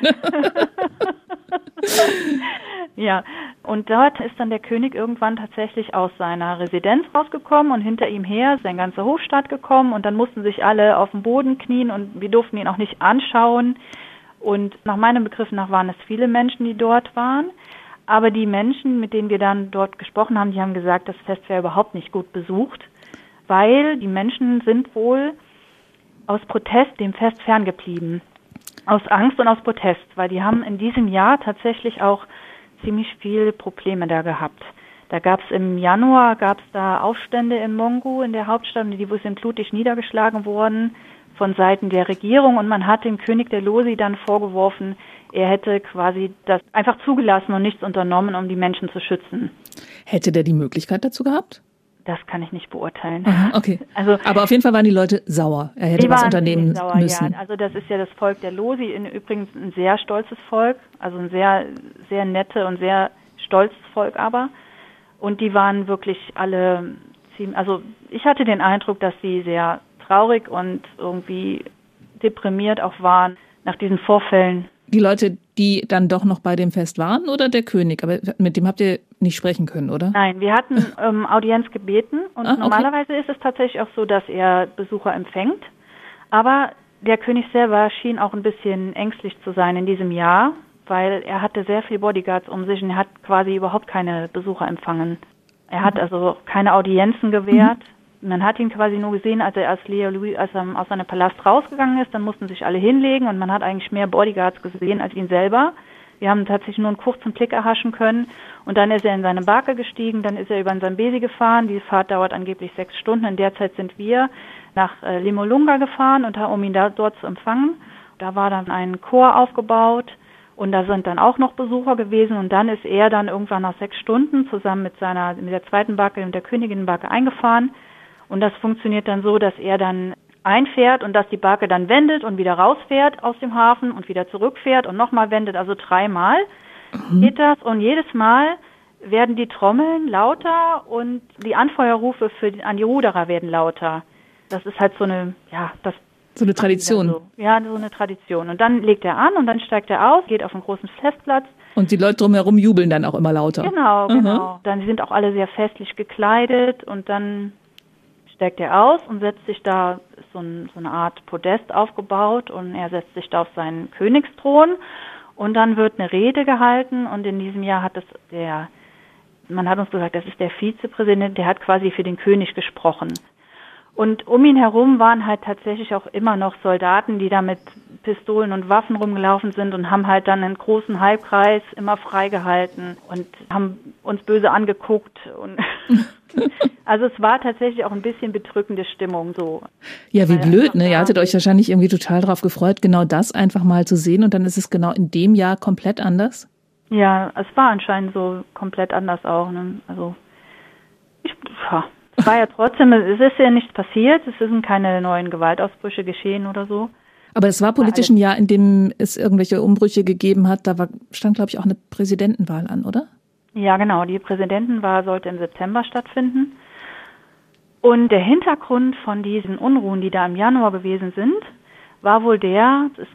Ja, und dort ist dann der König irgendwann tatsächlich aus seiner Residenz rausgekommen und hinter ihm her ist sein ganzer Hofstaat gekommen und dann mussten sich alle auf den Boden knien und wir durften ihn auch nicht anschauen. Und nach meinem Begriff nach waren es viele Menschen, die dort waren. Aber die Menschen, mit denen wir dann dort gesprochen haben, die haben gesagt, das Fest wäre überhaupt nicht gut besucht, weil die Menschen sind wohl aus Protest dem Fest ferngeblieben. Aus Angst und aus Protest, weil die haben in diesem Jahr tatsächlich auch ziemlich viele Probleme da gehabt. Da gab es im Januar Aufstände in Mongu, in der Hauptstadt, die sind blutig niedergeschlagen worden von Seiten der Regierung, und man hat dem König der Losi dann vorgeworfen, er hätte quasi das einfach zugelassen und nichts unternommen, um die Menschen zu schützen. Hätte der die Möglichkeit dazu gehabt? Das kann ich nicht beurteilen. Aha, okay. Also, aber auf jeden Fall waren die Leute sauer. Er hätte was unternehmen müssen. Ja. Also das ist ja das Volk der Losi, übrigens ein sehr stolzes Volk, also ein sehr, sehr nette und sehr stolzes Volk aber. Und die waren wirklich alle ziemlich, also ich hatte den Eindruck, dass sie sehr traurig und irgendwie deprimiert auch waren nach diesen Vorfällen. Die Leute, die dann doch noch bei dem Fest waren, oder der König? Aber mit dem habt ihr nicht sprechen können, oder? Nein, wir hatten Audienz gebeten, und okay. Normalerweise ist es tatsächlich auch so, dass er Besucher empfängt. Aber der König selber schien auch ein bisschen ängstlich zu sein in diesem Jahr, weil er hatte sehr viele Bodyguards um sich und er hat quasi überhaupt keine Besucher empfangen. Er hat also keine Audienzen gewährt. Man hat ihn quasi nur gesehen, als er aus seinem Palast rausgegangen ist, dann mussten sich alle hinlegen, und man hat eigentlich mehr Bodyguards gesehen als ihn selber. Wir haben tatsächlich nur einen kurzen Blick erhaschen können, und dann ist er in seine Barke gestiegen, dann ist er über den Sambesi gefahren. Die Fahrt dauert angeblich 6 Stunden. In der Zeit sind wir nach Limolunga gefahren, um ihn dort zu empfangen. Da war dann ein Chor aufgebaut, und da sind dann auch noch Besucher gewesen, und dann ist er dann irgendwann nach 6 Stunden zusammen mit der zweiten Barke und der Königinnenbarke eingefahren. Und das funktioniert dann so, dass er dann einfährt und dass die Barke dann wendet und wieder rausfährt aus dem Hafen und wieder zurückfährt und nochmal wendet, also 3-mal geht das. Und jedes Mal werden die Trommeln lauter und die Anfeuerrufe an die Ruderer werden lauter. Das ist halt so eine Tradition. So eine Tradition. Und dann legt er an und dann steigt er aus, geht auf einen großen Festplatz. Und die Leute drumherum jubeln dann auch immer lauter. Genau. Dann sind auch alle sehr festlich gekleidet, und dann steigt er aus und setzt sich da, ist so eine Art Podest aufgebaut, und er setzt sich da auf seinen Königsthron, und dann wird eine Rede gehalten, und in diesem Jahr man hat uns gesagt, das ist der Vizepräsident, der hat quasi für den König gesprochen. Und um ihn herum waren halt tatsächlich auch immer noch Soldaten, die da mit Pistolen und Waffen rumgelaufen sind und haben halt dann einen großen Halbkreis immer freigehalten und haben uns böse angeguckt. Und also es war tatsächlich auch ein bisschen bedrückende Stimmung so. Ja, wie blöd, ne? Ihr hattet euch wahrscheinlich irgendwie total drauf gefreut, genau das einfach mal zu sehen, und dann ist es genau in dem Jahr komplett anders? Ja, es war anscheinend so komplett anders auch. Ne? Also es war ja trotzdem, es ist ja nichts passiert, es sind keine neuen Gewaltausbrüche geschehen oder so. Aber es war politisch ein Jahr, in dem es irgendwelche Umbrüche gegeben hat. Da stand, glaube ich, auch eine Präsidentenwahl an, oder? Ja, genau. Die Präsidentenwahl sollte im September stattfinden. Und der Hintergrund von diesen Unruhen, die da im Januar gewesen sind, war wohl es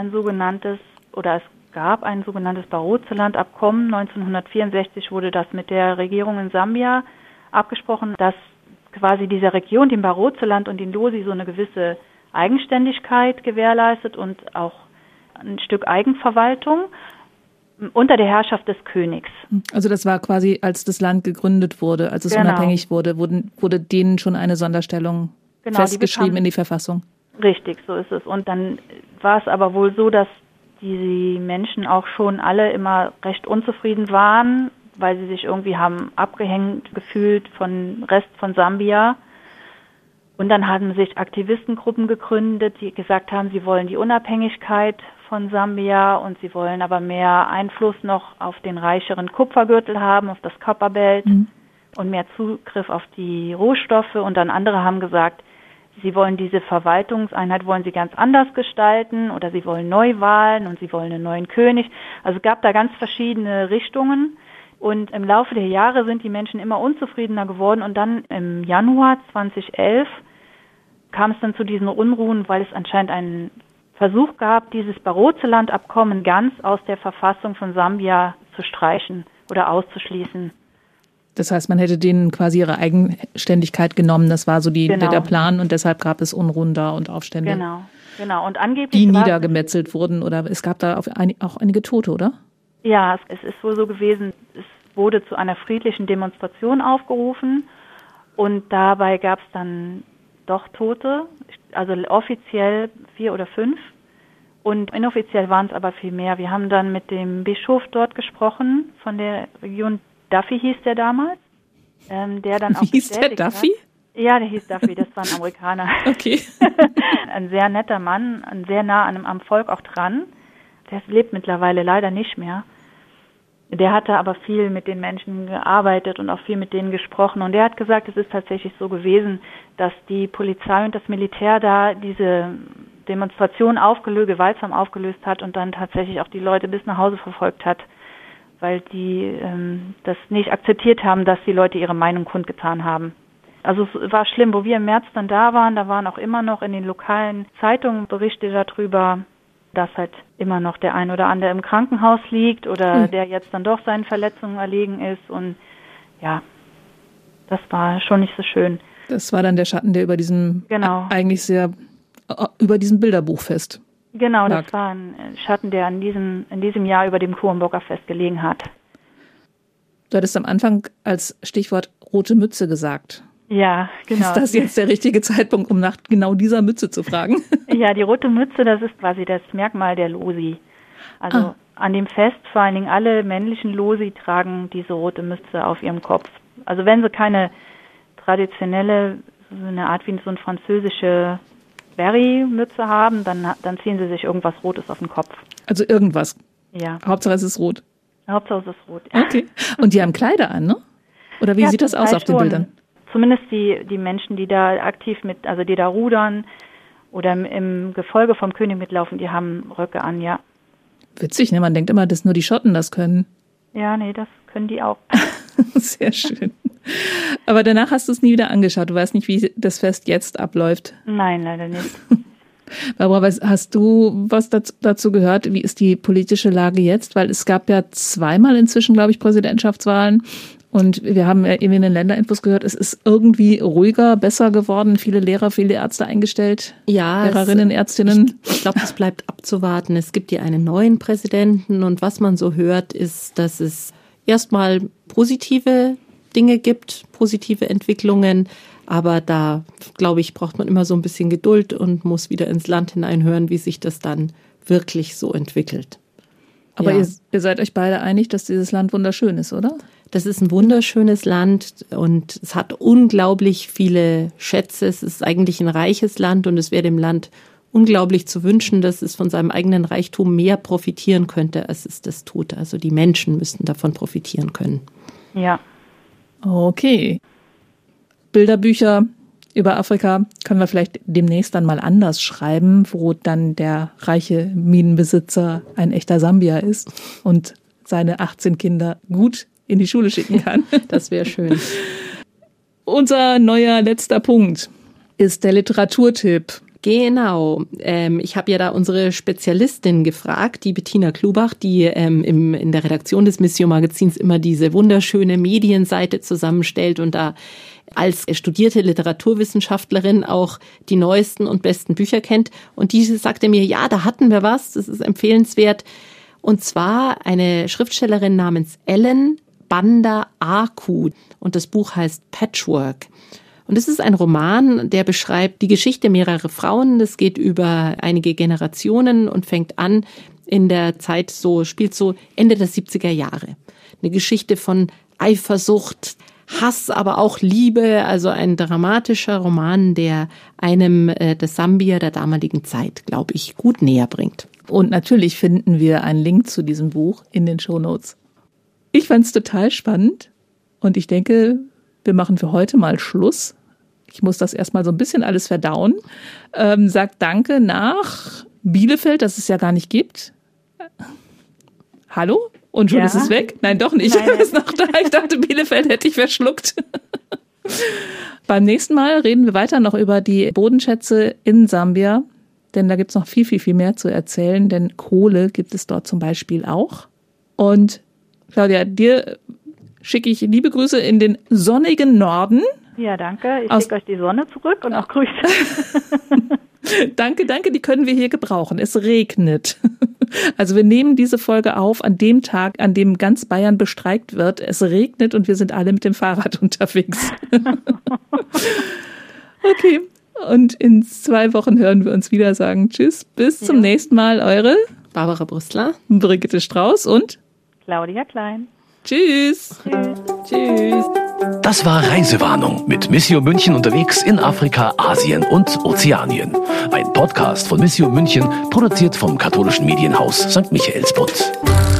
gab ein sogenanntes Barotseland-Abkommen. 1964 wurde das mit der Regierung in Sambia abgesprochen, dass quasi dieser Region, dem Barotseland und den Losi, so eine gewisse Eigenständigkeit gewährleistet und auch ein Stück Eigenverwaltung unter der Herrschaft des Königs. Also das war quasi, als das Land gegründet wurde, als es unabhängig wurde, wurde denen schon eine Sonderstellung festgeschrieben in die Verfassung. Richtig, so ist es. Und dann war es aber wohl so, dass die Menschen auch schon alle immer recht unzufrieden waren, weil sie sich irgendwie haben abgehängt gefühlt vom Rest von Sambia. Und dann haben sich Aktivistengruppen gegründet, die gesagt haben, sie wollen die Unabhängigkeit von Sambia und sie wollen aber mehr Einfluss noch auf den reicheren Kupfergürtel haben, auf das Copperbelt und mehr Zugriff auf die Rohstoffe. Und dann andere haben gesagt, sie wollen diese Verwaltungseinheit wollen sie ganz anders gestalten oder sie wollen Neuwahlen und sie wollen einen neuen König. Also es gab da ganz verschiedene Richtungen. Und im Laufe der Jahre sind die Menschen immer unzufriedener geworden. Und dann im Januar 2011 kam es dann zu diesen Unruhen, weil es anscheinend einen Versuch gab, dieses Barotseland-Abkommen ganz aus der Verfassung von Sambia zu streichen oder auszuschließen. Das heißt, man hätte denen quasi ihre Eigenständigkeit genommen. Das war so der Plan, und deshalb gab es Unruhen da und Aufstände. Genau. Und angeblich die niedergemetzelt wurden, oder es gab da auch einige Tote, oder? Ja, es ist wohl so gewesen, es wurde zu einer friedlichen Demonstration aufgerufen und dabei gab es dann doch Tote. Also offiziell 4 oder 5 und inoffiziell waren es aber viel mehr. Wir haben dann mit dem Bischof dort gesprochen, von der Region. Duffy hieß der damals, der dann auch Wie hieß der, Duffy? Ja, der hieß Duffy, das war ein Amerikaner. Okay. Ein sehr netter Mann, sehr nah am Volk auch dran. Der lebt mittlerweile leider nicht mehr. Der hatte aber viel mit den Menschen gearbeitet und auch viel mit denen gesprochen. Und der hat gesagt, es ist tatsächlich so gewesen, dass die Polizei und das Militär da diese Demonstration gewaltsam aufgelöst hat und dann tatsächlich auch die Leute bis nach Hause verfolgt hat, weil die das nicht akzeptiert haben, dass die Leute ihre Meinung kundgetan haben. Also es war schlimm, wo wir im März dann da waren auch immer noch in den lokalen Zeitungen Berichte darüber, dass halt immer noch der ein oder andere im Krankenhaus liegt oder der jetzt dann doch seinen Verletzungen erlegen ist. Und ja, das war schon nicht so schön. Das war dann der Schatten, der über diesem über diesem Bilderbuchfest Genau, lag. Das war ein Schatten, der in diesem Jahr über dem Kurenburger Fest gelegen hat. Du hattest am Anfang als Stichwort rote Mütze gesagt. Ja, genau. Ist das jetzt der richtige Zeitpunkt, um nach genau dieser Mütze zu fragen? Ja, die rote Mütze, das ist quasi das Merkmal der Losi. Also an dem Fest vor allen Dingen alle männlichen Losi tragen diese rote Mütze auf ihrem Kopf. Also wenn sie keine traditionelle, so eine Art wie so eine französische Berry-Mütze haben, dann ziehen sie sich irgendwas Rotes auf den Kopf. Also irgendwas. Ja. Hauptsache es ist rot. Hauptsache es ist rot. Ja. Okay. Und die haben Kleider an, ne? Oder wie sieht das aus auf den Bildern? Zumindest die Menschen, die da aktiv die da rudern oder im Gefolge vom König mitlaufen, die haben Röcke an, ja. Witzig, ne? Man denkt immer, dass nur die Schotten das können. Ja, nee, das können die auch. Sehr schön. Aber danach hast du es nie wieder angeschaut. Du weißt nicht, wie das Fest jetzt abläuft. Nein, leider nicht. Barbara, hast du was dazu gehört? Wie ist die politische Lage jetzt? Weil es gab ja zweimal inzwischen, glaube ich, Präsidentschaftswahlen. Und wir haben ja irgendwie in den Länderinfos gehört, es ist irgendwie ruhiger, besser geworden. Viele Lehrer, viele Ärzte eingestellt. Ja, Lehrerinnen, Ärztinnen. Ich glaube, das bleibt abzuwarten. Es gibt ja einen neuen Präsidenten. Und was man so hört, ist, dass es erstmal positive Dinge gibt, positive Entwicklungen. Aber da, glaube ich, braucht man immer so ein bisschen Geduld und muss wieder ins Land hineinhören, wie sich das dann wirklich so entwickelt. Aber ja. ihr seid euch beide einig, dass dieses Land wunderschön ist, oder? Das ist ein wunderschönes Land und es hat unglaublich viele Schätze. Es ist eigentlich ein reiches Land und es wäre dem Land unglaublich zu wünschen, dass es von seinem eigenen Reichtum mehr profitieren könnte, als es das tut. Also die Menschen müssten davon profitieren können. Ja. Okay. Bilderbücher über Afrika können wir vielleicht demnächst dann mal anders schreiben, wo dann der reiche Minenbesitzer ein echter Sambier ist und seine 18 Kinder gut in die Schule schicken kann. Das wäre schön. Unser neuer letzter Punkt ist der Literaturtipp. Genau. Ich habe ja da unsere Spezialistin gefragt, die Bettina Klubach, die in der Redaktion des Missio-Magazins immer diese wunderschöne Medienseite zusammenstellt und da als studierte Literaturwissenschaftlerin auch die neuesten und besten Bücher kennt. Und die sagte mir, ja, da hatten wir was, das ist empfehlenswert. Und zwar eine Schriftstellerin namens Ellen Banda Aku. Und das Buch heißt Patchwork. Und es ist ein Roman, der beschreibt die Geschichte mehrerer Frauen. Das geht über einige Generationen und fängt an in der Zeit spielt so Ende der 70er Jahre. Eine Geschichte von Eifersucht, Hass, aber auch Liebe, also ein dramatischer Roman, der einem das Sambia der damaligen Zeit, glaube ich, gut näher bringt. Und natürlich finden wir einen Link zu diesem Buch in den Shownotes. Ich fand es total spannend und ich denke, wir machen für heute mal Schluss. Ich muss das erstmal so ein bisschen alles verdauen. Sagt Danke nach Bielefeld, das es ja gar nicht gibt. Hallo? Und schon ist es weg? Nein, doch nicht. Nein. Ist noch da. Ich dachte, Bielefeld hätte ich verschluckt. Beim nächsten Mal reden wir weiter noch über die Bodenschätze in Sambia. Denn da gibt es noch viel, viel, viel mehr zu erzählen. Denn Kohle gibt es dort zum Beispiel auch. Und Claudia, dir schicke ich liebe Grüße in den sonnigen Norden. Ja, danke. Ich schicke euch die Sonne zurück und auch Grüße. Danke, die können wir hier gebrauchen. Es regnet. Also wir nehmen diese Folge auf an dem Tag, an dem ganz Bayern bestreikt wird. Es regnet und wir sind alle mit dem Fahrrad unterwegs. Okay. Und in 2 Wochen hören wir uns wieder. Sagen tschüss, bis zum nächsten Mal. Eure Barbara Brüssler, Brigitte Strauß und Claudia Klein. Tschüss. tschüss. Das war Reisewarnung mit Missio München unterwegs in Afrika, Asien und Ozeanien. Ein Podcast von Missio München, produziert vom katholischen Medienhaus St. Michaelsbund.